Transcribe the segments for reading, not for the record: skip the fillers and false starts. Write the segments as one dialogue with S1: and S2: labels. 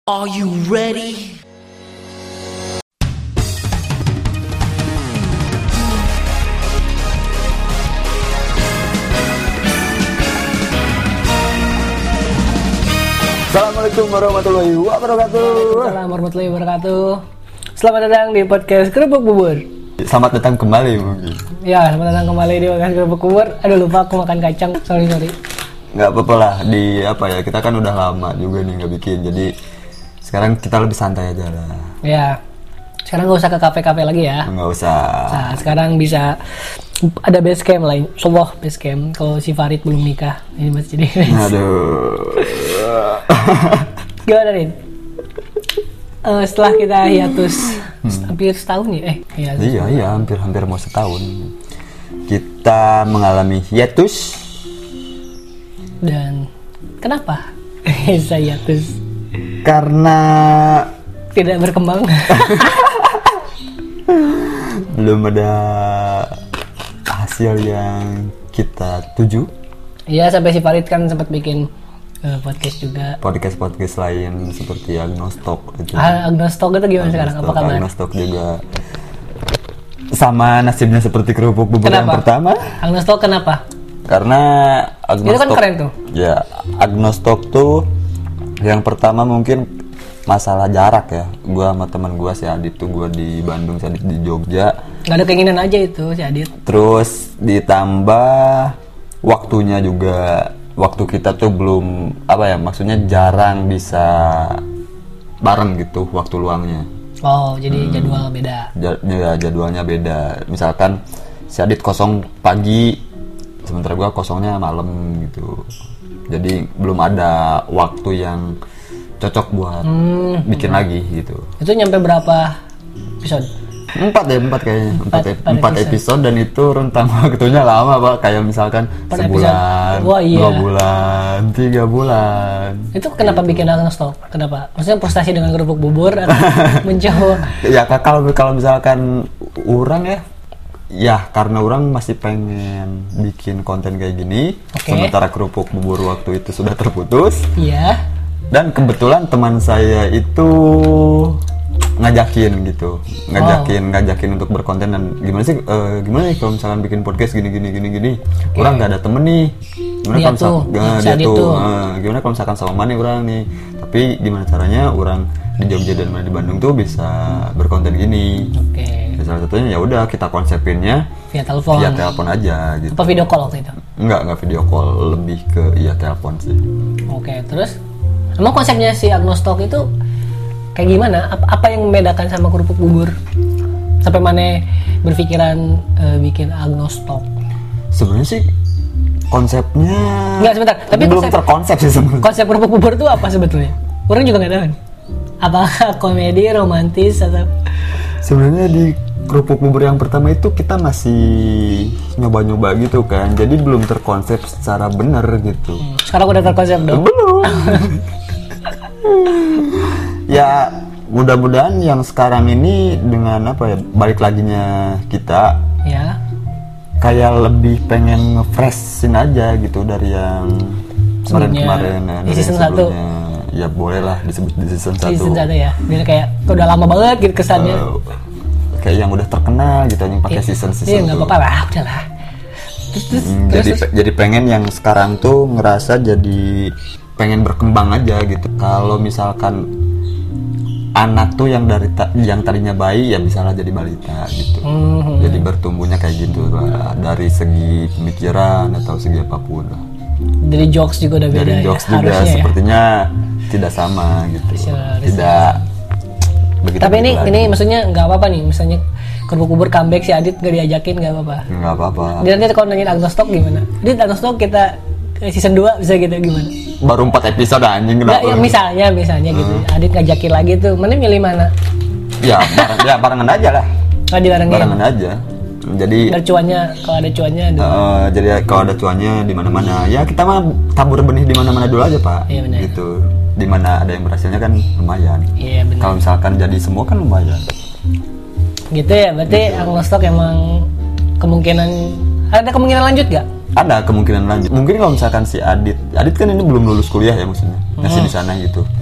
S1: Are you ready?
S2: Assalamualaikum warahmatullahi wabarakatuh.
S3: Waalaikumsalam warahmatullahi wabarakatuh. Selamat datang di podcast Kerupuk Bubur.
S2: Selamat datang kembali mungkin.
S3: Ya, selamat datang kembali di podcast Kerupuk Bubur. Aduh, lupa aku makan kacang. Sorry.
S2: Nggak apa-apa lah, kita kan udah lama juga nih nggak bikin. Jadi sekarang kita lebih santai aja lah.
S3: Ya, sekarang nggak usah ke kafe-kafe lagi ya.
S2: Nggak usah.
S3: Nah, sekarang bisa ada base camp lain. Soboh base camp. Kalau si Farid belum nikah, ini masih jadi.
S2: Aduh.
S3: Gimana Rin? Setelah kita hiatus hampir setahun ya? Hiatus.
S2: Iya, hampir mau setahun. Kita mengalami hiatus.
S3: Dan kenapa bisa hiatus?
S2: Karena
S3: Tidak berkembang.
S2: belum ada hasil yang kita tuju.
S3: Iya, sampai si Farid kan sempat bikin podcast juga.
S2: Podcast lain seperti Agnostok itu.
S3: Agnostok itu gimana sekarang? Apa kabar?
S2: Agnostok juga sama nasibnya seperti Kerupuk Bubur yang pertama.
S3: Agnostok kenapa?
S2: Karena Agnostok
S3: itu kan keren tuh.
S2: Ya, Agnostok tuh yang pertama mungkin masalah jarak ya. Gua sama teman gua si Adit tuh, gua di Bandung, si Adit di Jogja.
S3: Gak ada keinginan aja itu si Adit.
S2: Terus ditambah waktunya juga. Waktu kita tuh belum maksudnya jarang bisa bareng gitu waktu luangnya.
S3: Oh, jadi jadwal beda.
S2: Jadwalnya beda. Misalkan si Adit kosong pagi, sementara gua kosongnya malam gitu. Jadi belum ada waktu yang cocok buat bikin lagi gitu.
S3: Itu nyampe berapa episode?
S2: 4 kayaknya. 4 episode dan itu rentang waktunya lama Pak. Kayak misalkan sebulan, 2 bulan, 3 bulan.
S3: Itu kenapa bikin Agnostok? Kenapa? Maksudnya frustasi dengan Kerupuk Bubur atau mencoba?
S2: Ya kalau misalkan orang ya karena orang masih pengen bikin konten kayak gini. Sementara Kerupuk Bubur waktu itu sudah terputus.
S3: Iya. Dan
S2: kebetulan teman saya itu ngajakin untuk berkonten. Dan gimana nih kalau misalkan bikin podcast gini orang nggak ada temen nih, gimana kalau misalkan sama mana orang nih, tapi gimana caranya orang di Jogja dan di Bandung tuh bisa berkonten gini. Salah satunya ya udah kita konsepinnya via telepon aja gitu.
S3: Apa video call waktu itu?
S2: Enggak video call, lebih ke telepon sih.
S3: Terus emang konsepnya si Agnostok itu kayak gimana? Apa yang membedakan sama Kerupuk Bubur? Sampai mana berpikiran bikin Agnostok?
S2: Sebenarnya sih konsepnya
S3: sebentar. Tapi
S2: belum terkonsep sih sebenarnya.
S3: Konsep Kerupuk Bubur itu apa sebetulnya? Orang juga nggak tahu. Apakah komedi, romantis atau?
S2: Sebenarnya di Kerupuk Bubur yang pertama itu kita masih nyoba-nyoba gitu kan. Jadi belum terkonsep secara benar gitu.
S3: Sekarang udah terkonsep dong?
S2: Belum. Ya mudah-mudahan yang sekarang ini dengan balik laginya kita
S3: ya
S2: kayak lebih pengen nge-freshin aja gitu dari yang kemarin
S3: di season 1
S2: ya boleh lah disebut di season 1
S3: ya, biar kayak udah lama banget gitu kesannya,
S2: kayak yang udah terkenal gitu yang pakai season
S3: iya nggak apa-apa lah, udahlah.
S2: Jadi pengen yang sekarang tuh ngerasa jadi pengen berkembang aja gitu. Kalau misalkan anak tuh yang tadinya bayi ya bisalah jadi balita gitu. Jadi bertumbuhnya kayak gitu lah, dari segi pemikiran atau segi apapun lah.
S3: Dari jokes juga udah beda.
S2: Dari jokes juga sepertinya tidak sama gitu. Tidak begitu.
S3: Tapi ini maksudnya nggak apa-apa nih, misalnya Kerupuk Bubur comeback si Adit gak diajakin nggak apa-apa.
S2: Nggak apa-apa.
S3: Dan nanti kalau nanyain Agnostok gimana? Adit Agnostok kita season 2 bisa gitu gimana?
S2: Baru 4 episode anjing kenapa?
S3: Ya misalnya gitu. Adit ngajakin lagi tuh. Mana milih mana?
S2: Ya barengan aja lah. Barengan aja. Jadi
S3: cuannya kalau ada cuannya
S2: jadi kalau ada cuannya di mana-mana. Ya kita mah tabur benih di mana-mana dulu aja, Pak.
S3: Iya benar.
S2: Gitu. Di mana ada yang berhasilnya kan lumayan.
S3: Iya benar.
S2: Kalau misalkan jadi semua kan lumayan.
S3: Gitu ya. Berarti Agnostok emang ada kemungkinan lanjut gak?
S2: Ada kemungkinan lanjut. Mungkin kalau misalkan si Adit kan ini belum lulus kuliah ya maksudnya, masih di sana gitu.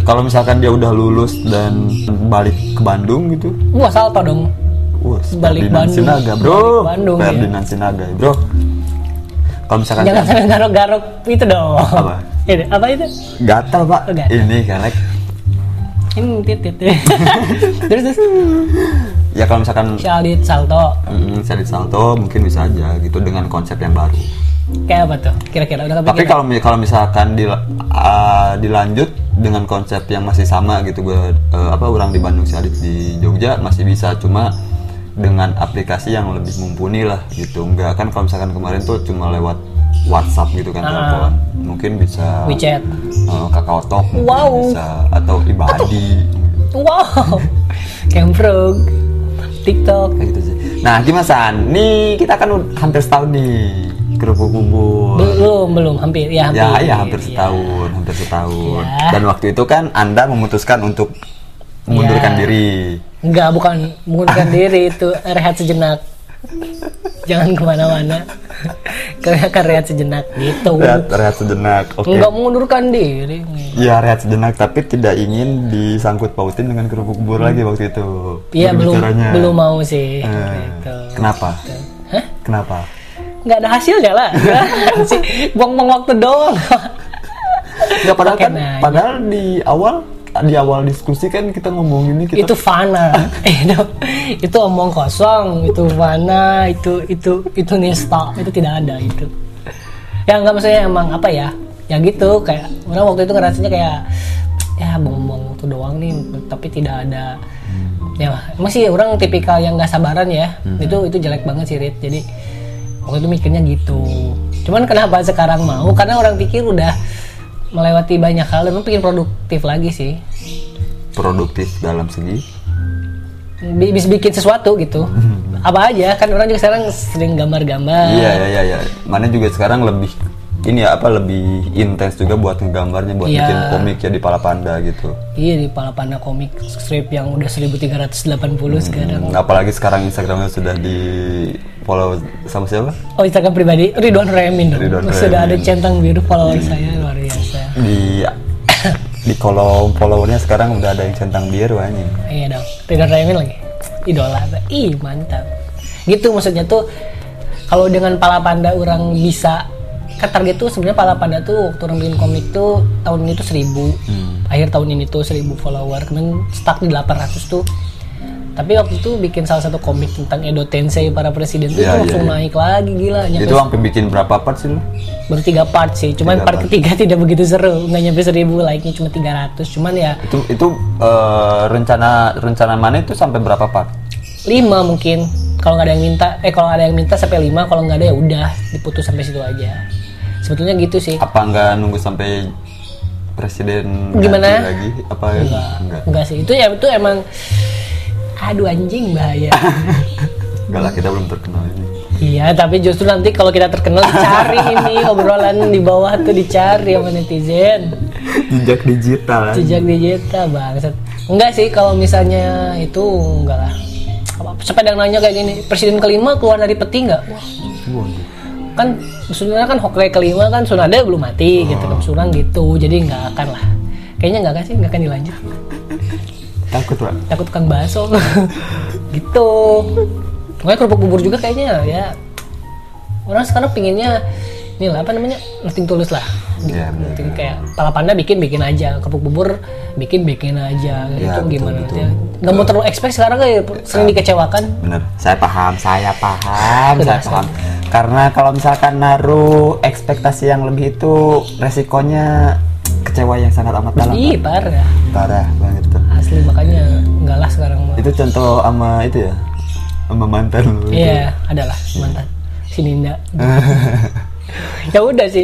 S2: Kalau misalkan dia udah lulus dan balik ke Bandung gitu,
S3: wah salpa dong.
S2: Wah,
S3: balik
S2: Ferdinand
S3: Bandung.
S2: Sinaga, bro.
S3: Balik Bandung,
S2: Ferdinand Sinaga, bro. Kalau misalkan
S3: Jangan sampai garuk-garuk itu dong.
S2: Apa?
S3: Ini apa itu?
S2: Gatal, Pak.
S3: Oh, gatal.
S2: Ini kelek.
S3: Ini titit. Terus.
S2: Ya kalau misalkan
S3: Syadid Salto.
S2: Syadid Salto mungkin bisa aja gitu dengan konsep yang baru.
S3: Kayak apa tuh? Kira-kira udah
S2: Tapi
S3: kepikiran?
S2: kalau misalkan dilanjut dengan konsep yang masih sama gitu, orang di Bandung, Syadid di Jogja masih bisa, cuma dengan aplikasi yang lebih mumpuni lah gitu. Enggak kan kalau misalkan kemarin tuh cuma lewat WhatsApp gitu kan, telepon. Mungkin bisa
S3: WeChat.
S2: Kakao Talk mungkin
S3: Wow.
S2: bisa, atau Ibadi.
S3: Wow. Camfrog. TikTok.
S2: Kayak gitu sih. Nah, gimana San? Nih kita kan hampir setahun nih kerupuk bubur.
S3: Belum hampir ya hampir.
S2: Ya hampir setahun.
S3: Ya.
S2: Dan waktu itu kan Anda memutuskan untuk mengundurkan diri.
S3: Enggak, bukan mengundurkan diri, itu rehat sejenak. Jangan kemana-mana. Karena akan rehat sejenak gitu.
S2: Rehat sejenak. Oke.
S3: Enggak mengundurkan diri.
S2: Ya rehat sejenak, tapi tidak ingin disangkut pautin dengan kerupuk bubur lagi waktu itu.
S3: Iya,
S2: Berbicaranya.
S3: belum mau sih. Gitu.
S2: Kenapa?
S3: Hah?
S2: Kenapa?
S3: Nggak ada hasilnya lah. Sih buang-buang waktu doang.
S2: Ya padahal
S3: Pakai
S2: kan,
S3: nanya.
S2: padahal di awal diskusi kan kita ngomong ini kita
S3: Itu fana. itu omong kosong, itu fana, itu nista, itu tidak ada itu. Ya nggak, maksudnya emang apa ya? Ya gitu, kayak orang waktu itu ngerasanya kayak ya buang-buang waktu doang nih, tapi tidak ada. Ya masih orang tipikal yang nggak sabaran ya. Itu jelek banget sih Rit. Jadi waktu itu mikirnya gitu. Cuman kenapa sekarang mau? Karena orang pikir udah melewati banyak hal dan pengen produktif lagi sih.
S2: produktif dalam segi
S3: Bisa bikin sesuatu gitu. Apa aja kan, orang juga sekarang sering gambar-gambar.
S2: Iya. Mana juga sekarang lebih lebih intens juga buat ngegambarnya, buat bikin komik ya di Palapanda gitu.
S3: Iya, di Palapanda komik strip yang udah 1380 sekarang.
S2: Apalagi sekarang Instagramnya sudah di follow sama siapa?
S3: Oh, Instagram pribadi Ridwan Remin dong.
S2: Ridwan
S3: Sudah ada
S2: Remin.
S3: centang biru follower saya, luar biasa.
S2: Di kolom followernya sekarang udah ada yang centang biru anjing.
S3: Iya dong, Ridwan Remin lagi. Idola. Ih, mantap. Gitu maksudnya tuh, kalau dengan Palapanda orang bisa kan target tuh sebenarnya Palapanda tuh waktu orang bikin komik tuh tahun ini tuh 1000. Akhir tahun ini tuh 1000 follower. Kemudian stuck di 800 tuh. Tapi waktu itu bikin salah satu komik tentang Edo Tensei para presiden tuh langsung naik lagi, gila.
S2: Itu sampai bikin berapa part sih lu?
S3: Baru 3 part sih, cuman part ketiga tidak begitu seru, nggak nyampe 1000 like-nya, cuma 300. Cuman ya
S2: Itu rencana mana itu sampai berapa part?
S3: 5 mungkin. Kalau nggak ada yang minta, kalau ada yang minta sampai 5, kalau nggak ada ya udah diputus sampai situ aja. Sebetulnya gitu sih.
S2: Apa nggak nunggu sampai presiden
S3: Gimana?
S2: ganti lagi? Apa
S3: Enggak sih. Itu emang aduh anjing, bahaya.
S2: Enggak lah, kita belum terkenal ini.
S3: Iya, tapi justru nanti kalau kita terkenal dicari ini obrolan di bawah tuh dicari sama netizen.
S2: Jejak digital.
S3: Jejak digital bangsat. Enggak sih, kalau misalnya itu enggak lah. Sampai ada yang nanya kayak gini, presiden kelima keluar dari peti nggak? Wah, kan sebenarnya kan Hokage kelima kan Tsunade belum mati gitu kan, surang gitu, jadi nggak akan lah. Kayaknya nggak akan dilanjut. Takut kang bakso. Gitu. Pokoknya kerupuk bubur juga kayaknya ya. Orang sekarang pinginnya ini lah, apa namanya, nothing tulus lah.
S2: Iya,
S3: Nothing kayak Palapanda bikin aja, kerupuk bubur bikin aja.
S2: Ya,
S3: Itu gimana
S2: betul.
S3: ya? Nggak mau terlalu expect sekarang kayak sering dikecewakan.
S2: Bener, saya paham. Karena kalau misalkan naruh ekspektasi yang lebih itu resikonya kecewa yang sangat amat dalam.
S3: Ih,
S2: Parah banget tuh.
S3: asli, makanya enggak lah sekarang mah.
S2: Itu contoh sama itu ya, sama mantan lu.
S3: Iya, adalah mantan si Ninda. Ya udah sih.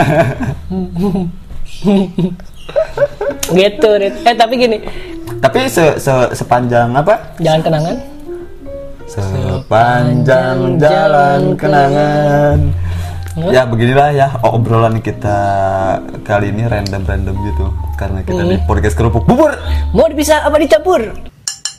S3: Gitu, Rit. Tapi gini,
S2: Tapi sepanjang apa?
S3: jalan kenangan.
S2: Sepanjang jalan kenangan. Ya beginilah ya obrolan kita kali ini random gitu, karena kita di podcast kerupuk bubur.
S3: Mau dipisah apa dicampur?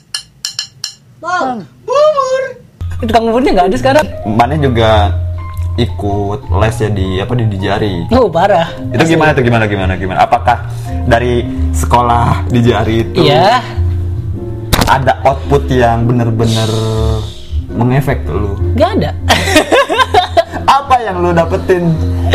S3: Bang, bubur. Itu tukang buburnya nggak ada sekarang.
S2: Mana juga ikut les ya di Jari.
S3: Oh parah.
S2: Itu gimana tuh gimana? Apakah dari sekolah di Jari itu
S3: Iya.
S2: ada output yang bener-bener mengefek ke lu?
S3: Gak ada.
S2: Apa yang lu dapetin?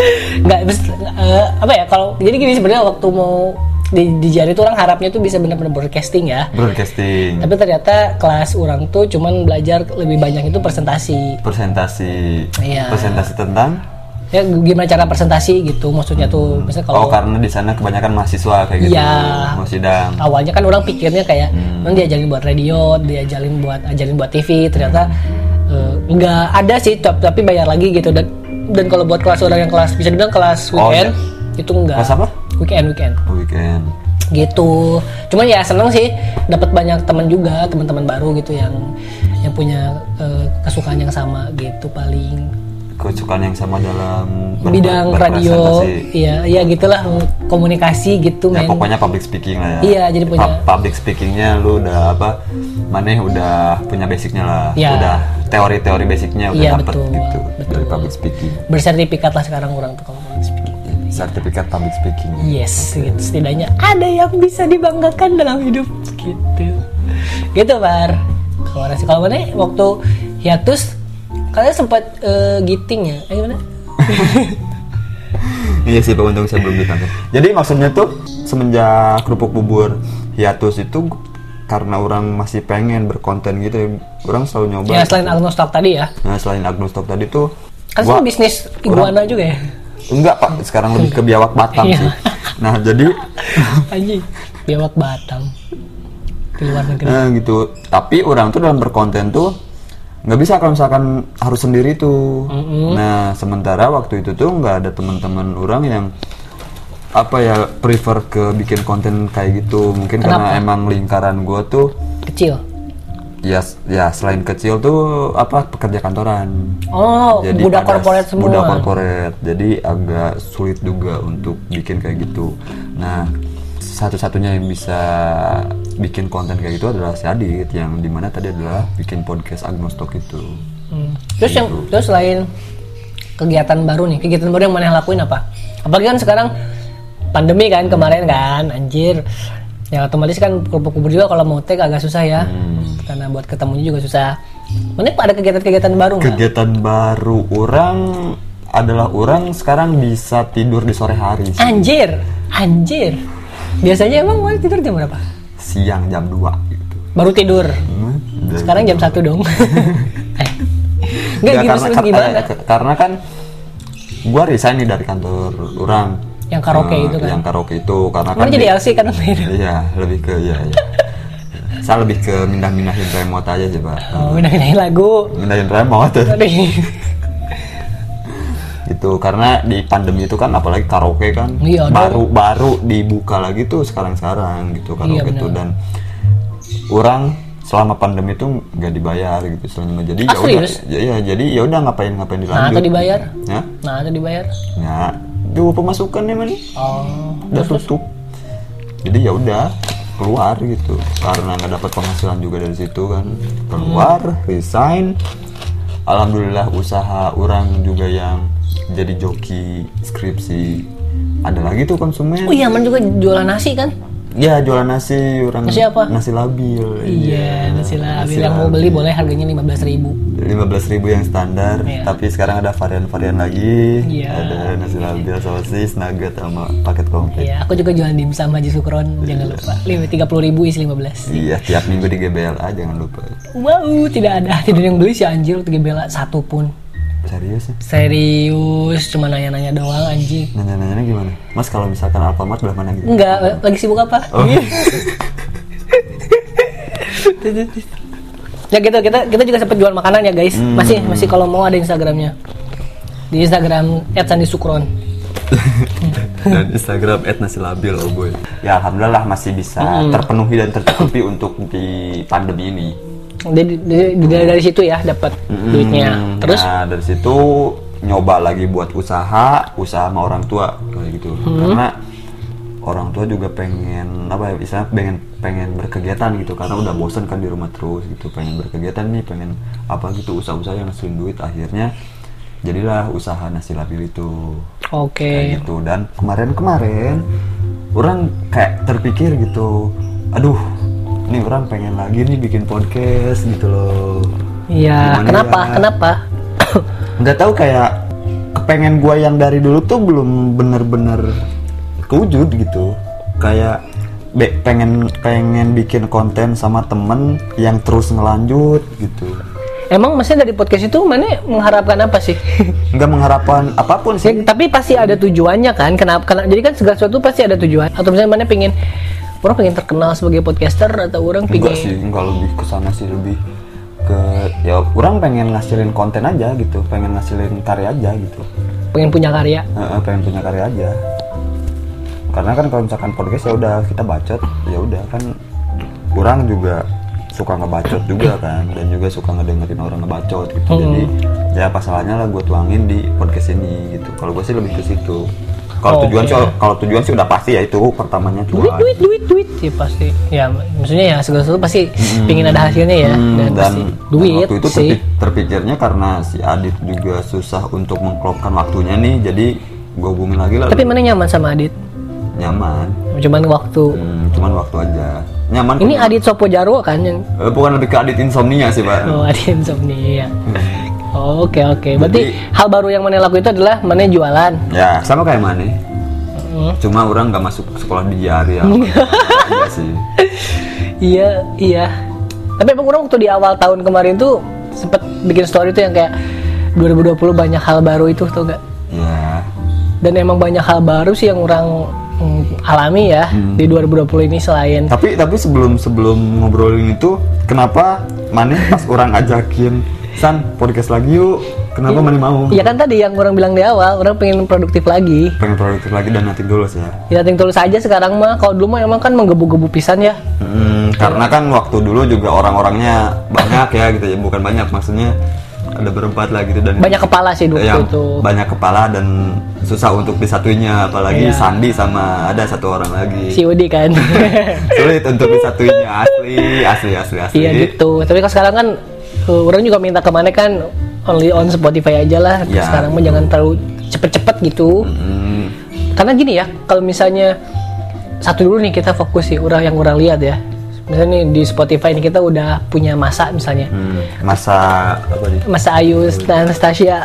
S3: Apa ya, kalau jadi gini sebenarnya waktu mau di Jari tuh orang harapnya tuh bisa benar-benar broadcasting ya.
S2: Broadcasting.
S3: Tapi ternyata kelas orang tuh cuman belajar lebih banyak itu presentasi. Iya.
S2: Presentasi tentang?
S3: Ya gimana cara presentasi gitu, maksudnya tuh misalnya kalau
S2: karena di sana kebanyakan mahasiswa kayak gitu.
S3: Iya.
S2: Mau sidang.
S3: Awalnya kan orang pikirnya kayak orang diajarin buat radio, ajarin buat TV, ternyata enggak ada sih, tapi bayar lagi gitu. Dan kalau buat kelas orang yang kelas bisa dibilang kelas weekend itu enggak.
S2: Kelas apa?
S3: Weekend.
S2: Weekend.
S3: Gitu. Cuman ya seneng sih dapat banyak teman juga, teman-teman baru gitu yang punya kesukaan yang sama gitu paling.
S2: Kesukaan yang sama dalam
S3: bidang radio, iya gitulah, komunikasi gitu
S2: ya, pokoknya public speaking lah ya.
S3: Iya, jadi punya
S2: public speakingnya lu udah maneh udah punya basicnya lah,
S3: ya.
S2: Udah teori-teori basicnya udah dapet gitu dari public speaking.
S3: Bersertifikat lah sekarang orang tuh kalau public speaking.
S2: Sertifikat public speaking.
S3: Yes, gitu. Setidaknya ada yang bisa dibanggakan dalam hidup gitu Bar. Kalau mana waktu hiatus kalian sempat giting ya? Gimana?
S2: Iya sih, Pak, untung saya belum ditangkap. Jadi maksudnya tuh semenjak kerupuk bubur hiatus itu karena orang masih pengen berkonten gitu, orang selalu nyoba.
S3: Ya selain Agnostok tadi ya?
S2: Nah selain Agnostok tadi tuh
S3: kan semua bisnis iguana juga ya?
S2: Enggak Pak, sekarang lebih ke biawak Batam sih. Nah jadi
S3: anjing, biawak Batam di luar negeri.
S2: Nah gitu, tapi orang tuh dalam berkonten tuh nggak bisa kalau misalkan harus sendiri tuh. Nah sementara waktu itu tuh nggak ada teman-teman orang yang prefer ke bikin konten kayak gitu. Mungkin
S3: kenapa?
S2: Karena emang lingkaran gue tuh
S3: kecil.
S2: Ya selain kecil tuh pekerja kantoran.
S3: Oh, jadi budak korporat semua.
S2: Budak korporat. Jadi agak sulit juga untuk bikin kayak gitu. Nah, satu-satunya yang bisa bikin konten kayak gitu adalah si Adit, yang dimana tadi adalah bikin podcast Agnostok itu.
S3: Terus terus selain kegiatan baru yang mana lakuin apa? Apalagi kan sekarang pandemi kan kemarin kan, anjir. Ya otomatis kan kubur juga kalau mau take agak susah ya. Karena buat ketemunya juga susah. Mana ada kegiatan-kegiatan baru nggak?
S2: Kegiatan baru orang sekarang bisa tidur di sore hari sih.
S3: Anjir. Biasanya emang mau tidur jam berapa?
S2: Siang jam 2 gitu.
S3: Baru tidur. Sekarang jam 1 dong. Enggak gitu, gimana?
S2: Karena kan gua resign nih dari kantor orang.
S3: Yang karaoke itu kan?
S2: Yang karaoke itu karena kan
S3: jadi LC kan?
S2: Iya, lebih ke saya lebih ke mindah-mindahin remote aja sih Pak.
S3: Oh, mindahin lagu.
S2: Mindahin remote. Gitu, karena di pandemi itu kan apalagi karaoke kan baru dibuka lagi tuh sekarang gitu karaoke tuh, dan orang selama pandemi itu nggak dibayar gitu selama, jadi ya udah ngapain dilanjut.
S3: Nah, atau dibayar?
S2: Ya?
S3: Nah, atau dibayar?
S2: Ya, dulu pemasukan nih man.
S3: Oh,
S2: udah tutup. Jadi ya udah keluar gitu, karena nggak dapat penghasilan juga dari situ kan, keluar resign. Alhamdulillah usaha orang juga yang jadi joki skripsi ada lagi tuh konsumen.
S3: Oh iya, man juga jualan nasi kan?
S2: Iya, jualan nasi. Orang
S3: nasi apa?
S2: Nasi labil.
S3: Iya, nasi labil. Yang mau beli boleh, harganya 15.000.
S2: 15.000 yang standar, tapi sekarang ada varian-varian lagi.
S3: Iya.
S2: Ada nasi labil, sosis, nugget sama paket komplit.
S3: Iya, aku juga jualan dimsum Haji Sukron, jangan lupa. 30.000 isi 15.
S2: Iya, tiap minggu di GBLA jangan lupa.
S3: Wow, tidak yang beli si anjir di GBLA satu pun.
S2: Serius ya?
S3: Serius, cuma nanya-nanya doang anjing.
S2: Nanya-nanyanya gimana? Mas kalau misalkan Alfamart belah mana gitu?
S3: Enggak, lagi sibuk apa? Oh. Ya gitu, kita juga sempat jual makanan ya guys. Masih kalau mau ada Instagramnya. Di Instagram @sandisukron.
S2: Dan Instagram @nasilabil, oh boy. Ya alhamdulillah masih bisa terpenuhi dan tercukupi untuk di pandemi ini.
S3: Dari situ ya dapat duitnya. Terus
S2: dari situ nyoba lagi buat usaha sama orang tua kayak gitu. Karena orang tua juga pengen pengen berkegiatan gitu, karena udah bosan kan di rumah terus gitu, pengen berkegiatan nih, pengen usaha-usaha yang ngasilin duit. Akhirnya jadilah usaha nasi labil itu.
S3: Oke.
S2: Kayak gitu. Dan kemarin orang kayak terpikir gitu, aduh ini orang pengen lagi nih bikin podcast gitu loh.
S3: Iya. Kenapa?
S2: Nggak tahu, kayak kepengen gue yang dari dulu tuh belum bener-bener kewujud gitu. Kayak pengen bikin konten sama temen yang terus ngelanjut gitu.
S3: Emang maksudnya dari podcast itu mana mengharapkan apa sih?
S2: Nggak mengharapkan apapun sih.
S3: Ya, tapi pasti ada tujuannya kan? Kenapa? Jadi kan segala sesuatu pasti ada tujuan. Atau misalnya mana orang pengen terkenal sebagai podcaster, atau orang pengen?
S2: Enggak lebih ke sana sih, lebih ke ya orang pengen ngasilin konten aja gitu, pengen ngasilin karya aja gitu.
S3: Pengen punya karya?
S2: Pengen punya karya aja. Karena kan kalau misalkan podcast ya udah kita bacot, ya udah kan orang juga suka ngebacot juga kan, dan juga suka ngedengerin orang ngebacot gitu. Jadi ya apa salahnya lah gue tuangin di podcast ini gitu. Kalau gue sih lebih ke situ. Kalau tujuan sih udah pasti ya itu pertamanya cuan.
S3: Duit ya pasti. Ya maksudnya ya segala sesuatu pasti pingin ada hasilnya ya. Dan duit
S2: waktu itu
S3: sih.
S2: Terpikirnya karena si Adit juga susah untuk mengklopkan waktunya nih, jadi gue hubungin lagi lah.
S3: Tapi mana nyaman sama Adit?
S2: Nyaman. Cuman waktu aja. Nyaman.
S3: Ini Adit Sopo Jarwo kan yang?
S2: Bukan, lebih ke Adit insomnia sih Pak.
S3: Oh, Adit insomnia. Oke. Berarti hal baru yang mana laku itu adalah mana jualan.
S2: Ya, sama kayak mana. Cuma orang nggak masuk sekolah di Jari ya. Iya sih.
S3: Iya. Tapi emang orang waktu di awal tahun kemarin tuh sempet bikin story tuh yang kayak 2020 banyak hal baru itu, tau gak?
S2: Iya.
S3: Dan emang banyak hal baru sih yang orang alami ya di 2020 ini selain.
S2: Tapi sebelum ngobrolin itu, kenapa Mane pas orang ajakin San podcast lagi yuk, kenapa Mane mau?
S3: Iya kan tadi yang orang bilang di awal, orang pengen produktif lagi.
S2: Dan nating tulus ya.
S3: Ya nating tulus aja sekarang mah. Kalau dulu mah emang kan menggebu-gebu pisan ya.
S2: Karena kan waktu dulu juga orang-orangnya banyak ya gitu ya, bukan banyak maksudnya. Ada berempat lah gitu, dan
S3: banyak kepala sih dulu itu.
S2: Banyak kepala dan susah untuk disatuinya, apalagi Sandi sama ada satu orang lagi.
S3: Si Udi kan.
S2: Sulit untuk disatuinya, asli.
S3: Iya gitu. Tapi kalau sekarang kan orang juga minta kemana kan only on Spotify aja lah. Ya, sekarang mah jangan terlalu cepet-cepet gitu. Karena gini ya, kalau misalnya satu dulu nih kita fokus sih, yang orang lihat ya. Misalnya nih di Spotify ini kita udah punya masa misalnya.
S2: Masa apa nih?
S3: Masa Ayus dan Anastasia.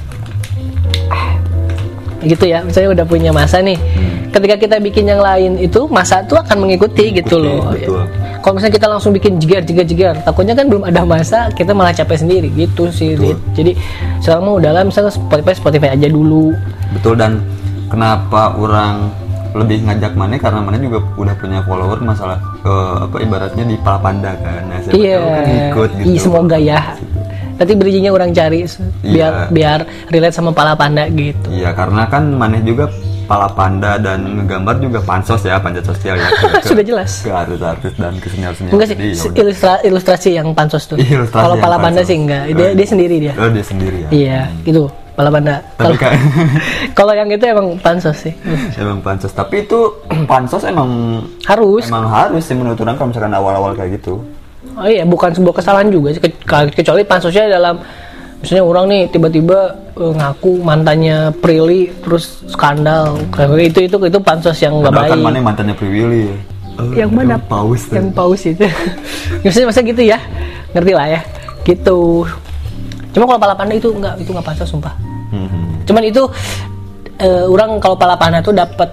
S3: Gitu ya, misalnya udah punya masa nih. Ketika kita bikin yang lain itu masa tuh akan mengikuti gitu loh. Betul. Kalau misalnya kita langsung bikin jeger, takutnya kan belum ada masa, kita malah capek sendiri gitu sih. Jadi sekarang mau udahlah misalnya Spotify aja dulu.
S2: Betul. Dan kenapa orang lebih ngajak Mane karena Mane juga udah punya follower masalah ibaratnya di Palapanda kan. Nah, kan ikut gitu.
S3: Iya, semoga ya. Nanti bridging-nya orang cari biar relate sama Palapanda gitu.
S2: Iya, karena kan Mane juga Palapanda dan ngegambar juga pansos ya, panjat sosial ya.
S3: Sudah jelas.
S2: Ke artis-artis dan ke senior-senior.
S3: Enggak sih, ilustrasi yang pansos tuh. Kalau Palapanda sih enggak, dia sendiri dia.
S2: Oh, dia sendiri ya.
S3: Iya, gitu. Palapanda. Kalau yang itu emang pansos sih.
S2: Emang pansos, tapi itu pansos emang
S3: harus
S2: sih menurut orang kalau misalkan awal-awal kayak gitu.
S3: Oh iya, bukan sebuah kesalahan juga sih, kecuali pansosnya dalam misalnya orang nih tiba-tiba ngaku mantannya Prilly terus skandal kayak itu pansos yang nggak baik.
S2: Kan mana mantannya Prilly?
S3: Yang mana? Yang paus itu. Maksudnya gitu ya, ngerti lah ya, gitu. Cuma kalau Palapanda itu nggak pansos sumpah. Cuman itu orang kalau Palapanda tuh dapat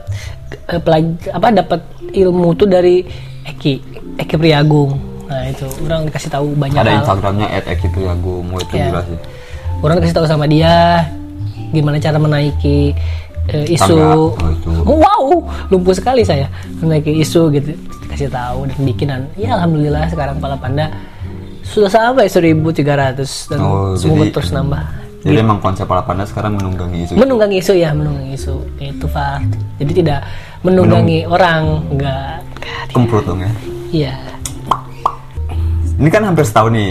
S3: dapat ilmu tuh dari Eki Priagung. Nah itu orang dikasih tahu banyak hal.
S2: Ada Instagramnya @eki_priagung, itu gila sih.
S3: Orang dikasih tahu sama dia gimana cara menaiki isu. Wow, lumpuh sekali saya menaiki isu gitu. Dikasih tahu dan bikinan. Ya alhamdulillah sekarang Palapanda sudah sampai 1.300 dan semoga terus nambah.
S2: Jadi emang konsep Palapanda sekarang menunggangi isu.
S3: Menunggangi isu itu Pak. Jadi tidak menunggangi orang, enggak.
S2: Kemprut dong ya.
S3: Iya.
S2: Ini kan hampir setahun nih.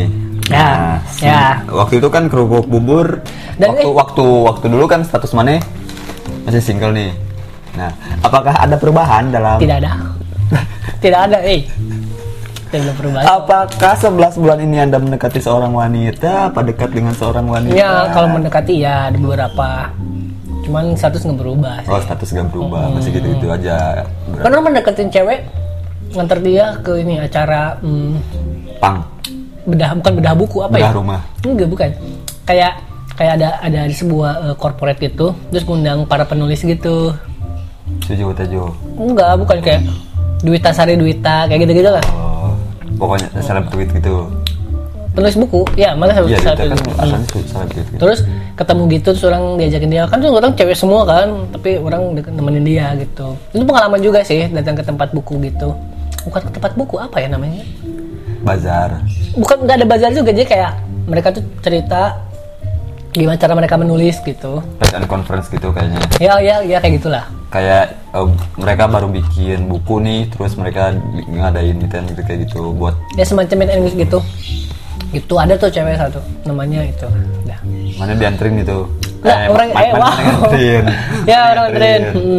S3: Ya.
S2: Waktu itu kan kerupuk bubur. Dan waktu dulu kan status Mane masih single nih. Nah, apakah ada perubahan dalam?
S3: Tidak ada. Dan belum berubah.
S2: Apakah 11 bulan ini Anda mendekati seorang wanita? Apa dekat dengan seorang wanita?
S3: Ya, kalau mendekati ya ada beberapa. Cuman status nggak berubah sih.
S2: Oh, status nggak berubah, masih gitu-gitu aja.
S3: Pernah mendekatin cewek, nganter dia ke ini acara
S2: Pang.
S3: bukan bedah buku apa
S2: Bedah
S3: ya?
S2: rumah.
S3: Enggak, bukan. Kayak ada di sebuah corporate gitu, terus ngundang para penulis gitu.
S2: Sujo Tejo.
S3: Enggak, bukan kayak Duita Sari Duita kayak gitu-gitu lah.
S2: Oh, pokoknya seleb tweet gitu.
S3: Penulis buku, ya malah
S2: Iya,
S3: satu
S2: itu kan
S3: gitu.
S2: asalnya seleb tweet gitu.
S3: Terus ketemu gitu, terus orang diajakin dia, kan tuh orang cewek semua kan, tapi orang nemenin dia gitu. Itu pengalaman juga sih, datang ke tempat buku gitu. Bukan ke tempat buku, apa ya namanya?
S2: Bazar.
S3: Bukan, nggak ada bazar juga, jadi kayak mereka tuh cerita gimana cara mereka menulis gitu.
S2: Press and conference gitu kayaknya.
S3: Ya kayak gitulah.
S2: Kayak mereka baru bikin buku nih, terus mereka ngadain event gitu kayak gitu buat.
S3: Ya semacam meet and greet gitu. Gitu ada tuh cewek satu, namanya itu. Udah.
S2: Mana dianterin gitu.
S3: Nggak, orang
S2: mana nganterin.
S3: Ya, orang nganterin.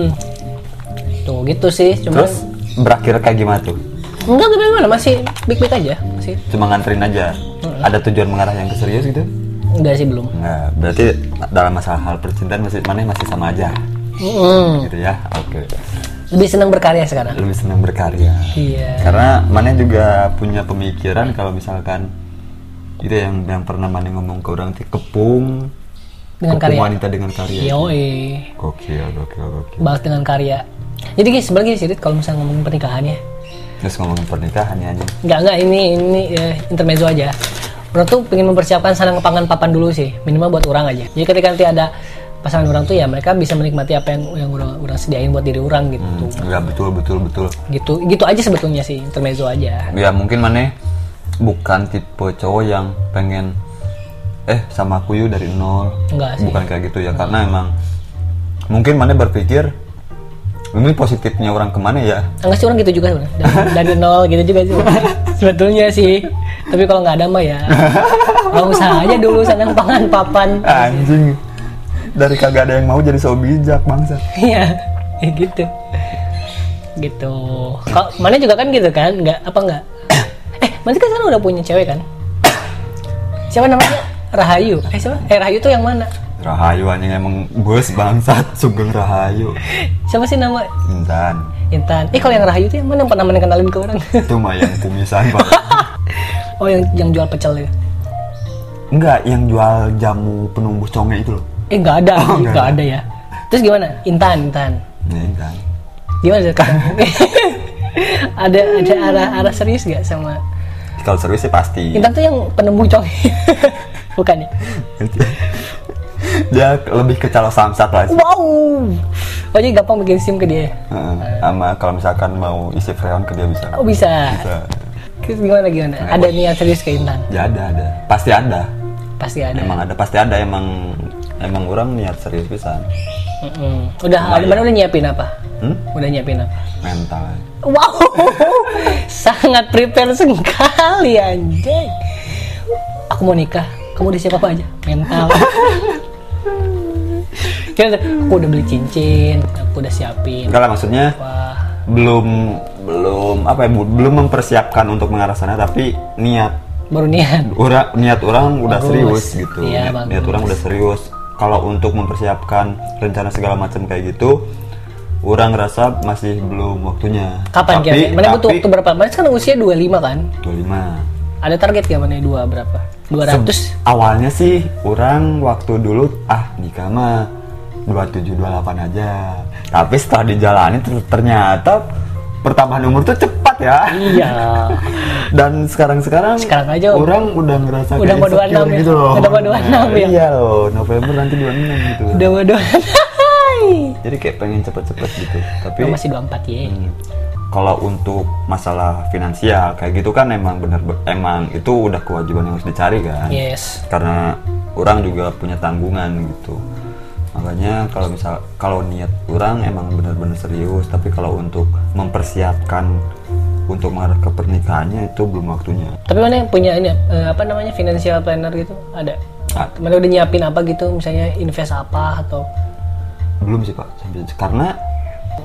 S3: Tuh gitu sih, cuma
S2: Terus berakhir kayak gimana tuh?
S3: enggak gimana, masih baik-baik aja, masih.
S2: Cuma nganterin aja. Ada tujuan mengarah yang ke serius gitu?
S3: Enggak sih, belum.
S2: Enggak, berarti dalam masalah hal percintaan masih sama aja. Gitu ya. Oke.
S3: Lebih senang berkarya sekarang.
S2: Lebih senang berkarya.
S3: Iya.
S2: Karena Mane juga punya pemikiran kalau misalkan itu yang pernah Mane ngomong ke orang kepung
S3: Dengan karya.
S2: wanita dengan karya.
S3: Yoi.
S2: Gokil.
S3: Balas dengan karya. Jadi guys, sebenarnya sih kalau misalnya ngomongin pernikahannya,
S2: Terus ngomongin pernikahan ya anjing.
S3: enggak ini intermezzo aja. Orang tuh pengen mempersiapkan sarang pangan papan dulu sih, minimal buat orang aja. Jadi ketika nanti ada pasangan orang tuh ya mereka bisa menikmati apa yang orang sediain buat diri orang gitu.
S2: Enggak, betul.
S3: Gitu aja sebetulnya sih, intermezzo aja.
S2: Ya mungkin Mane bukan tipe cowok yang pengen sama aku yuk dari nol.
S3: Enggak sih.
S2: Bukan kayak gitu ya, karena emang mungkin Mane berpikir ini positifnya orang kemana ya?
S3: Enggak sih, orang gitu juga sebenarnya. Dari nol gitu juga sih. Sebetulnya sih. Tapi kalau nggak ada mah ya nggak usah aja dulu senang pangan papan.
S2: Anjing. Dari kagak ada yang mau jadi so bijak bangsa.
S3: Iya, gitu. Gitu. Kalau mana juga kan gitu kan? Enggak? Mana kan sekarang udah punya cewek kan? Siapa namanya? Rahayu. Siapa? Rahayu tuh yang mana?
S2: Rahayu anjing emang bos bangsat, Sugeng Rahayu.
S3: Siapa sih nama?
S2: Intan.
S3: Kalau yang Rahayu tuh yang mana? Yang pernah mana kenalin ke orang?
S2: Itu mah yang kumisan Pak.
S3: Oh, yang jual pecel ya?
S2: Enggak, yang jual jamu penumbuh conge itu loh.
S3: Enggak ada, enggak ada ya. Terus gimana? Intan.
S2: Ya, Intan.
S3: Gimana sekarang? ada arah serius gak sama
S2: Kalau serius sih pasti.
S3: Intan tuh yang penemu conge? Bukan ya?
S2: Dia lebih ke calo samsat lah sih.
S3: Wow. Oh, jadi gampang bikin SIM ke dia.
S2: Sama kalau misalkan mau isi freon ke dia bisa.
S3: Oh, bisa. Terus gimana? Ada niat serius ke Intan?
S2: Ya ada. Pasti ada. Emang ada, pasti ada. Emang orang niat serius pisan.
S3: Udah nyiapin apa? Udah nyiapin apa?
S2: Mental.
S3: Wow. Sangat prepare sekali anjing. Aku mau nikah. Kamu udah siap apa aja? Mental. Aku udah beli cincin, aku udah siapin.
S2: Enggak lah, maksudnya belum mempersiapkan untuk mengarah sana, tapi
S3: baru niat
S2: orang udah
S3: bagus.
S2: Serius gitu.
S3: Iya,
S2: niat orang udah serius. Kalau untuk mempersiapkan rencana segala macam kayak gitu, orang ngerasa masih belum waktunya.
S3: Kapan kira-kira? Mana butuh waktu berapa? Mana sekarang usia 25 kan?
S2: 25.
S3: Ada target gak mana 2 berapa? 200?
S2: Awalnya sih orang waktu dulu nikah mah 27 28 aja. Tapi setelah dijalani ternyata pertambahan umur tuh cepat ya.
S3: Iya.
S2: Dan sekarang
S3: aja
S2: orang udah ngerasa
S3: udah mau 26
S2: gitu loh.
S3: Udah mau 26 ya.
S2: Iya loh, November nanti 26 gitu.
S3: Udah mau 26.
S2: Jadi kayak pengen cepet-cepet gitu. Tapi
S3: masih 24 ya.
S2: Kalau untuk masalah finansial kayak gitu kan emang itu udah kewajiban yang harus dicari kan.
S3: Yes.
S2: Karena orang juga punya tanggungan gitu. Makanya kalau niat orang emang benar-benar serius, tapi kalau untuk mempersiapkan untuk mengarah ke pernikahannya itu belum waktunya.
S3: Tapi mana yang punya ini financial planner gitu? Ada? Mana udah nyiapin apa gitu, misalnya invest apa atau?
S2: Belum sih Pak, karena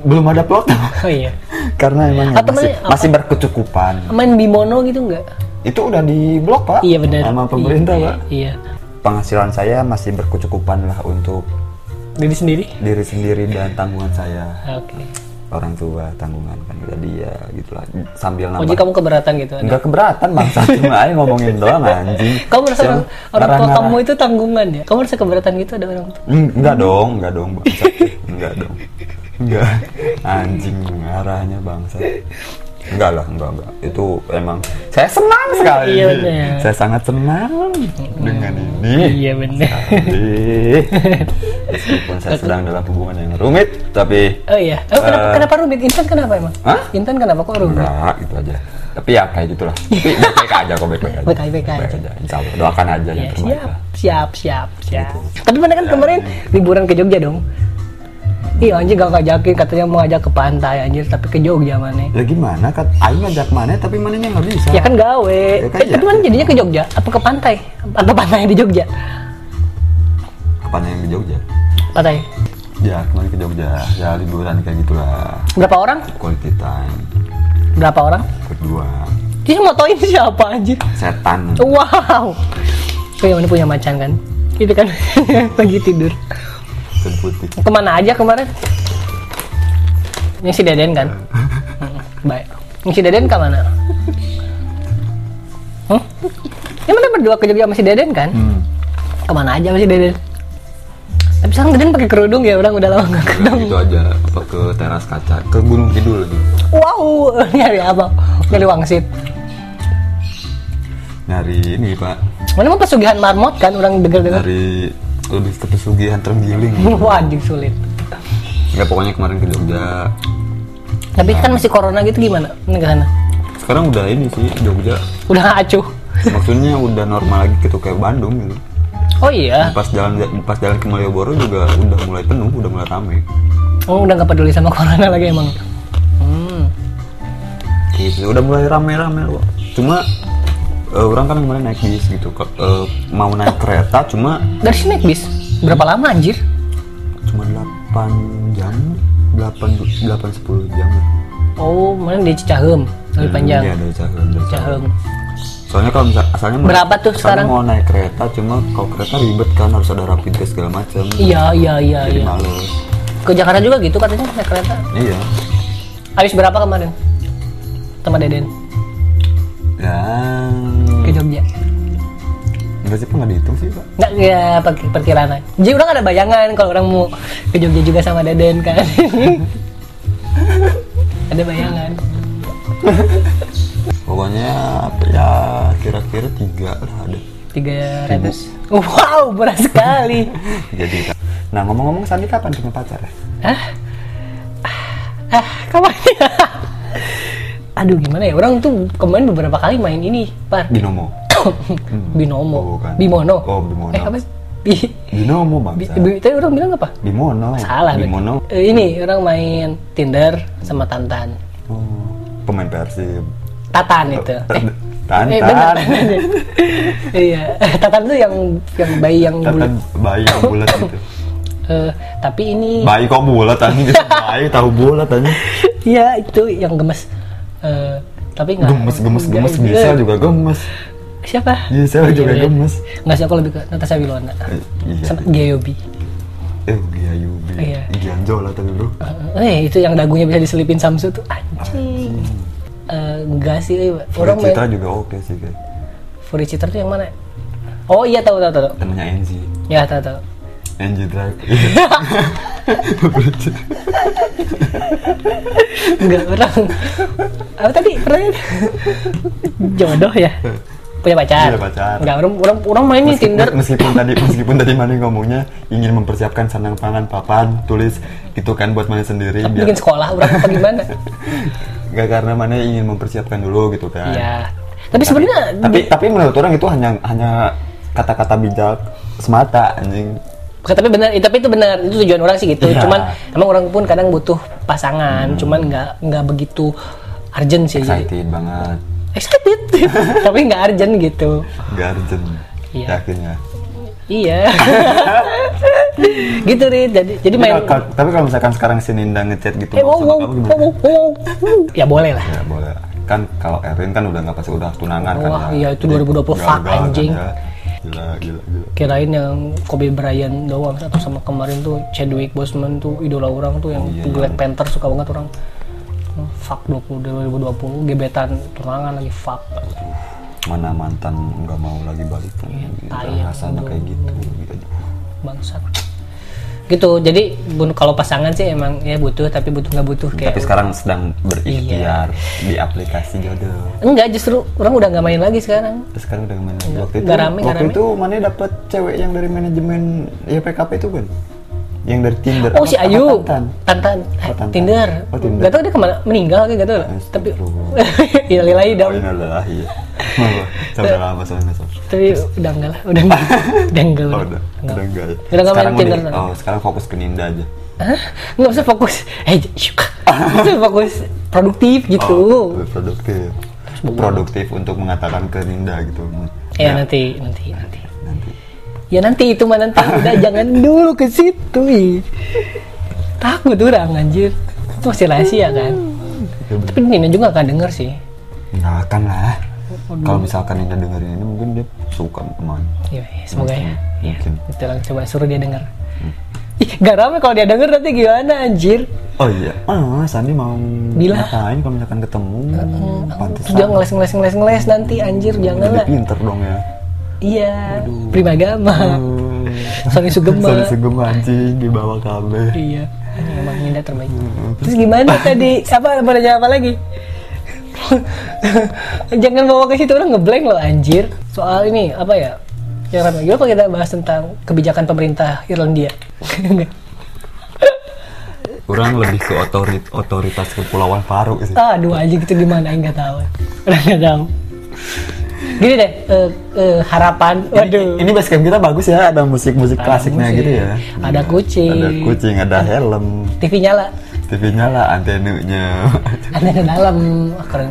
S2: belum ada plot.
S3: Oh iya.
S2: Karena emang masih berkecukupan.
S3: Main Bimono gitu nggak?
S2: Itu udah di blok Pak.
S3: Iya benar.
S2: Sama pemerintah
S3: iya,
S2: Pak.
S3: Iya.
S2: Penghasilan saya masih berkecukupan lah untuk
S3: diri sendiri
S2: dan tanggungan saya.
S3: Oke.
S2: Orang tua tanggungan kan, jadi ya gitulah sambil nambah.
S3: Oh jadi kamu keberatan gitu?
S2: Enggak keberatan bangsa, cuma aja ngomongin doang anjing.
S3: Kamu merasa orang tua kamu itu tanggungan ya? Kamu merasa keberatan gitu ada orang tua?
S2: Enggak dong bangsa. Enggak dong. Enggak. Anjing arahnya bangsa. Enggak. Itu emang saya senang sekali.
S3: Iya benar.
S2: Saya sangat senang dengan ini.
S3: Iya benar.
S2: Meskipun saya sedang dalam hubungan yang rumit, tapi.
S3: Oh iya. Kenapa rumit? Intan kenapa emang?
S2: Hah?
S3: Intan kenapa kok rumit?
S2: Enggak, itu aja. Tapi ya kayak gitulah. Tapi baik-baik aja kok, baik-baik aja.
S3: Baik-baik aja.
S2: Insya Allah doakan aja yang terbaik.
S3: Siap. Tapi mana kan kemarin liburan ke Jogja dong? Iya anjir gak ngajakin, katanya mau ajak ke pantai anjir, tapi ke Jogja mana?
S2: Ya gimana kan? Aing ngajak mana tapi mananya nggak bisa.
S3: Ya kan gawe.
S2: Ya kan
S3: Tapi mana jadinya ke Jogja? Apa ke pantai? Atau pantai di Jogja?
S2: Ke pantai yang di Jogja.
S3: Pantai.
S2: Ya kemarin ke Jogja, ya liburan kayak gitulah.
S3: Berapa orang?
S2: Quality time.
S3: Berapa orang?
S2: Berdua.
S3: Dia motoin siapa anjir?
S2: Setan.
S3: Wow. Oh yang mana punya macan kan? Itu kan lagi tidur.
S2: Dan putih.
S3: Kemana aja kemarin? Yang si Deden kan? Baik. Yang si Deden ke mana? Yang mana berdua ke Jogja sama si Deden kan? Kemana aja sama si Deden? Tapi sekarang Deden pakai kerudung ya, orang udah lama nggak ketemu.
S2: Itu aja, apa ke teras kaca, ke Gunung Kidul lagi.
S3: Wow, nyari apa? Nyari wangsit.
S2: Nyari ini Pak.
S3: Mana mau pesugihan marmot kan? Orang dengar-dengar.
S2: Nyari lebih ke pesugihan terenggiling.
S3: Waduh sulit.
S2: Enggak, pokoknya kemarin ke Jogja.
S3: Tapi kan masih corona gitu gimana? Ini ke sana.
S2: Sekarang udah ini sih Jogja.
S3: Udah acuh.
S2: Maksudnya udah normal lagi gitu kayak Bandung gitu.
S3: Oh iya.
S2: Pas jalan ke Malioboro juga udah mulai penuh, udah mulai ramai.
S3: Oh udah nggak peduli sama corona lagi emang.
S2: Gitu, udah mulai ramai loh. Cuma orang kan kemarin naik bis gitu, mau naik kereta cuma
S3: dari sini naik bis berapa lama anjir?
S2: Cuma 8 jam, 8-10 jam.
S3: Oh, mana di Cicahem lebih panjang?
S2: Iya dari
S3: Cicahem.
S2: Soalnya kalau asalnya
S3: berapa tuh sekarang?
S2: Mau naik kereta, cuma kalau kereta ribet kan harus ada rapid test segala macam.
S3: Iya.
S2: Jadi males.
S3: Ke Jakarta juga gitu katanya naik kereta?
S2: Iya.
S3: Habis berapa kemarin? Sama Deden?
S2: Ya.
S3: Ke Jogja.
S2: Enggak sih, nggak dihitung sih Pak.
S3: Nggak, ya perkiraan aja. Jadi orang ada bayangan kalau orang mau ke Jogja juga sama Deden kan. Ada bayangan.
S2: Pokoknya ya kira-kira 3 lah ada.
S3: 300. Wow, berat sekali.
S2: Jadi, nah ngomong-ngomong Sandi kapan punya pacar ya?
S3: Kapan ya? Aduh gimana ya, orang tuh kemarin beberapa kali main ini Par.
S2: Binomo.
S3: Binomo.
S2: Bukan.
S3: Bimono.
S2: Oh Bimono.
S3: Apa sih?
S2: Binomo bangsa.
S3: Tadi orang bilang apa?
S2: Bimono.
S3: Salah.
S2: Bimono.
S3: Ini orang main Tinder sama Tantan.
S2: Oh, pemain Persib.
S3: Tatan itu.
S2: Tantan.
S3: Benar. Iya. Tatan tuh yang bayi yang bulat.
S2: Tantan bayi yang bulat gitu.
S3: Tapi ini.
S2: Bayi kok bulat anjing? Bayi tahu bulat anjing.
S3: Iya itu yang gemes. Tapi nggak.
S2: Gemes. Gisel juga gemes.
S3: Siapa?
S2: Gisel juga gemes.
S3: Nggak sih, aku lebih ke Natasha Wilona.
S2: Iya.
S3: Sama Giayobi.
S2: Giayobi.
S3: Iya.
S2: Gianjo lah tadi bro.
S3: Itu yang dagunya bisa diselipin Samsu tuh anjing. Enggak sih,
S2: orang Citra juga oke sih kayak.
S3: Furi Citra tuh yang mana? Oh iya tahu.
S2: Temennya Enzi.
S3: Ya tahu.
S2: Enzi Drive.
S3: Enggak orang. Apa tadi pertanyaan? Jodoh ya. Punya pacar. Enggak, orang main nih Tinder.
S2: Meskipun tadi Mane ngomongnya ingin mempersiapkan sandang pangan papan tulis itu kan buat Mane sendiri.
S3: Bikin sekolah orang apa gimana?
S2: Enggak, karena Mane ingin mempersiapkan dulu gitu kan.
S3: Iya. Tapi sebenarnya
S2: tapi menurut orang itu hanya kata-kata bijak semata anjing.
S3: Tapi itu benar, itu tujuan orang sih gitu. Ya. Cuman emang orang pun kadang butuh pasangan, cuman nggak begitu urgent sih.
S2: Excited banget.
S3: Excited, tapi nggak urgent gitu.
S2: Nggak urgent.
S3: Iya.
S2: Yakin ya?
S3: Iya. Gitu Rit, jadi main.
S2: Tapi kalau misalkan sekarang si Ninda ngechat gitu sama kamu gimana?
S3: Ya boleh lah.
S2: Ya boleh. Kan kalau Erin kan udah nggak pasti udah tunangan kan.
S3: Wah iya itu 2020 fuck anjing.
S2: Kan, ya. Gila.
S3: Kirain yang Kobe Bryant doang atau sama kemarin tuh Chadwick Boseman tuh idola orang tuh yang Black Panther suka banget orang. Fuck 2020 gebetan tunangan lagi fuck.
S2: Mana mantan nggak mau lagi balik tuh. Rasanya kayak gitu.
S3: Bangsat. Gitu. Jadi kalau pasangan sih emang ya butuh tapi nggak butuh kayak.
S2: Tapi sekarang sedang berikhtiar di aplikasi jodoh.
S3: Enggak, justru orang udah nggak main lagi sekarang.
S2: Terus sekarang udah main lagi.
S3: Waktu
S2: itu mana dapat cewek yang dari manajemen PKP itu kan? Yang dari Tinder.
S3: Oh si Ayu. Tantan. Tinder. Gak tau dia kemana meninggal kayak gitu. Tapi ilahi dong.
S2: Iya. Sudah lama soalnya.
S3: Tapi udah enggak lah, udah enggak. Udah enggak.
S2: Udah enggak.
S3: Udah enggak main Tinder.
S2: Sekarang fokus ke Ninda aja.
S3: Hah? Enggak usah fokus. Itu fokus produktif gitu.
S2: Produktif untuk mengatakan ke Ninda gitu.
S3: Ya nanti. Ya nanti itu mah nanti udah jangan dulu ke situ. Takut orang anjir. Itu masih rahasia kan. Tapi Nina juga akan denger sih.
S2: Nggak akan lah. Kalau misalkan Nina dengerin ini mungkin dia suka teman.
S3: Iya, semoga ya.
S2: Mungkin.
S3: Kita coba suruh dia denger. Ih, gak rame kalau dia denger nanti gimana anjir.
S2: Oh iya. Sandi mau ngapain kalau misalkan ketemu?
S3: Terus dia ngeles nanti anjir jangan lah.
S2: Pinter dong ya.
S3: Iya, Primagama. Sony Sugema
S2: anjing di bawah kabel.
S3: Iya, emang Ninda terbaik. Terus gimana tadi? Apa nanya apa lagi? Jangan bawa ke situ, orang ngeblank loh anjir. Soal ini apa ya? Yang ramai. Gimana kalau kita bahas tentang kebijakan pemerintah Irlandia?
S2: Kurang lebih ke otoritas Kepulauan Faroe sih.
S3: Aduh anjing itu gimana? Enggak tahu. Orang enggak tahu. Gini deh, harapan. Waduh.
S2: Ini basecamp kita bagus ya, ada musik-musik klasiknya gitu ya.
S3: Ada kucing,
S2: ada helm.
S3: TV nyala,
S2: antenanya.
S3: Antena dalam, keren.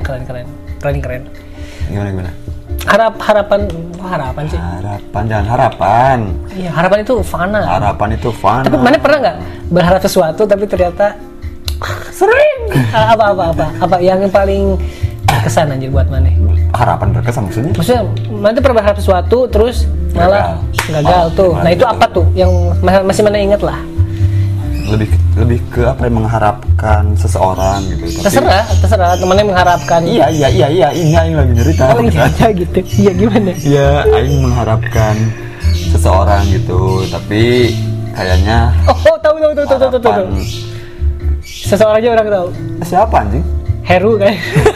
S3: Gimana? Harapan sih.
S2: Jangan harapan.
S3: Iya, harapan itu fana.
S2: Tapi
S3: mana pernah nggak berharap sesuatu tapi ternyata sering apa yang paling kesan anjir buat mana?
S2: Harapan berkesan maksudnya?
S3: Maksudnya nanti pernah berharap sesuatu terus malah gagal tuh. Nah itu apa tuh yang masih mana inget lah?
S2: Lebih ke apa yang mengharapkan seseorang gitu.
S3: Terserah temannya mengharapkan.
S2: Iya ini Aing lagi cerita.
S3: Gitu. Iya gimana?
S2: Iya Aing mengharapkan seseorang gitu tapi kayaknya.
S3: Tahu. Seseorang aja orang tahu.
S2: Siapa anjing?
S3: Heru kan.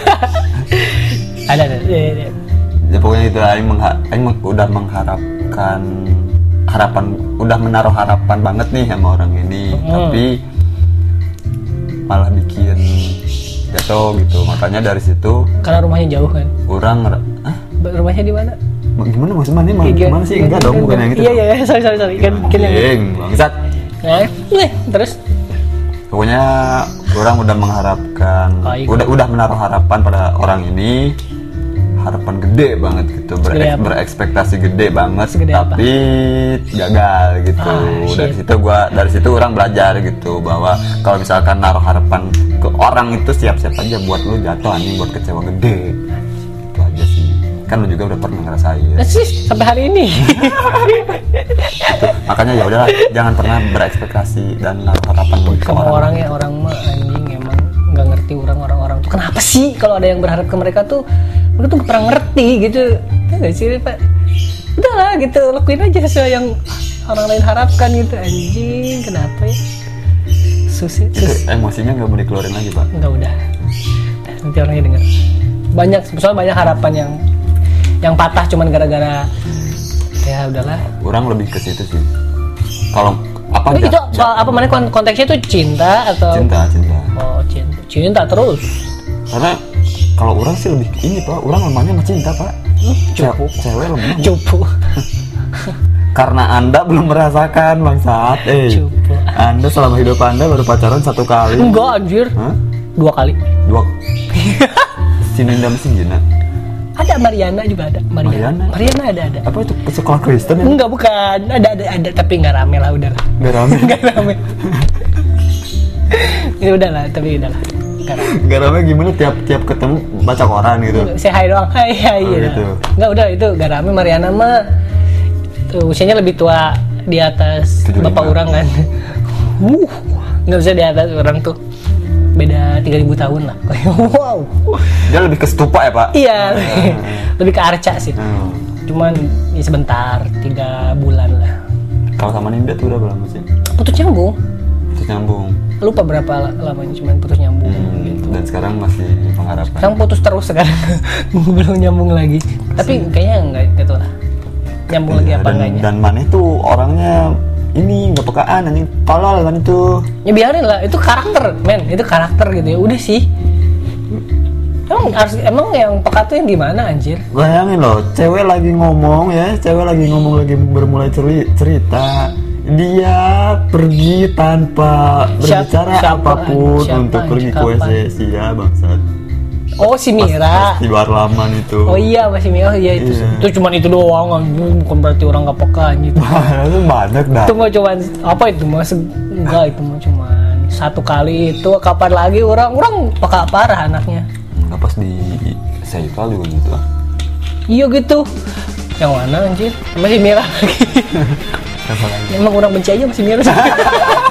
S3: ada.
S2: Ya pokoknya itu Aing udah mengharapkan udah menaruh harapan banget nih sama orang ini, tapi malah bikin jatuh gitu. Makanya dari situ
S3: karena rumahnya jauh kan. Rumahnya di mana?
S2: Gimana maksudnya gimana sih? Enggak dong, bukan yang itu.
S3: Iya, sorry. Kan
S2: bangsat.
S3: Terus
S2: pokoknya orang udah mengharapkan, udah menaruh harapan pada orang ini, harapan gede banget gitu, berekspektasi gede banget, tapi gagal gitu. Dari situ orang belajar gitu bahwa kalau misalkan naruh harapan ke orang itu siap-siap aja buat lu jatuh anjing, buat kecewa gede. Itu aja sih. Kan lu juga udah pernah ngerasain.
S3: Sampai hari ini.
S2: Gitu. Makanya ya udahlah, jangan pernah berekspektasi dan naruh harapan ke
S3: orang mah anjing emang nggak ngerti orang tuh kenapa sih kalau ada yang berharap ke mereka tuh nggak pernah ngerti gitu. Nggak sih Pak? Udahlah gitu, lakuin aja sesuai yang orang lain harapkan gitu anjing. Kenapa ya? Susah.
S2: Emosinya nggak mau dikeluarin lagi Pak?
S3: Nggak udah. Nanti orangnya denger. Soalnya banyak harapan yang patah cuman gara-gara ya udahlah.
S2: Orang lebih ke situ sih. Kalau
S3: itu apa mana konteksnya tuh cinta atau
S2: cinta?
S3: Oh cinta terus.
S2: Karena kalau orang sih lebih ini Pak, orang lemahnya sama cinta Pak. Cewek lemah.
S3: Cupu.
S2: Karena Anda belum merasakan bangsat. Anda selama hidup Anda baru pacaran 1 kali.
S3: Enggak anjir. 2 kali.
S2: Si Ninda mesin gina.
S3: Ada Mariana juga ada. Mariana ada.
S2: Apa itu sekolah Kristen ya?
S3: Enggak, bukan. Ada tapi nggak rame lah, udah.
S2: Nggak rame.
S3: Nggak rame. Ini udahlah, tapi udahlah.
S2: Nggak rame gimana, tiap ketemu baca koran gitu.
S3: Say hi doang. Hai.
S2: Gitu.
S3: Enggak, udah itu nggak rame. Mariana mah tuh, usianya lebih tua di atas 75. Bapak orang kan. Nggak bisa di atas orang tuh. Beda 3.000 tahun lah. Wow.
S2: Dia lebih ke stupa ya, Pak?
S3: Iya. Lebih ke arca sih. Cuman ya sebentar, 3 bulan lah.
S2: Kalau sama Ninda tuh udah berapa sih?
S3: Putus nyambung. Lupa berapa lamanya, cuman putus nyambung gitu.
S2: Dan sekarang masih pengharapan.
S3: Sekarang putus terus sekarang. Belum nyambung lagi. Tapi kayaknya enggak gitu lah. Nyambung lagi apa enggaknya.
S2: Dan Maneh tuh orangnya ini nggak pekaan, ini tolol kan itu.
S3: Ya biarin lah, itu karakter, men. Itu karakter gitu ya. Udah sih. Emang yang peka tuh yang gimana anjir?
S2: Bayangin loh, cewek lagi ngomong, lagi bermulai cerita. Dia pergi tanpa berbicara apapun untuk pergi ke WC. Sia bangsat.
S3: Oh, si Mira.
S2: Pas di bar laman itu.
S3: Oh iya, masih Mira. Oh iya, itu cuman itu doang, bukan berarti orang nggak peka gitu.
S2: Itu banyak dah.
S3: Itu mah cuman apa itu mah enggak, itu mah cuman satu kali itu. Kapan lagi orang peka parah anaknya.
S2: Nggak, pas di Seifal juga gitu.
S3: Iya gitu. Yang mana anjir? Masih Mira lagi. Emang orang benci aja masih Mira.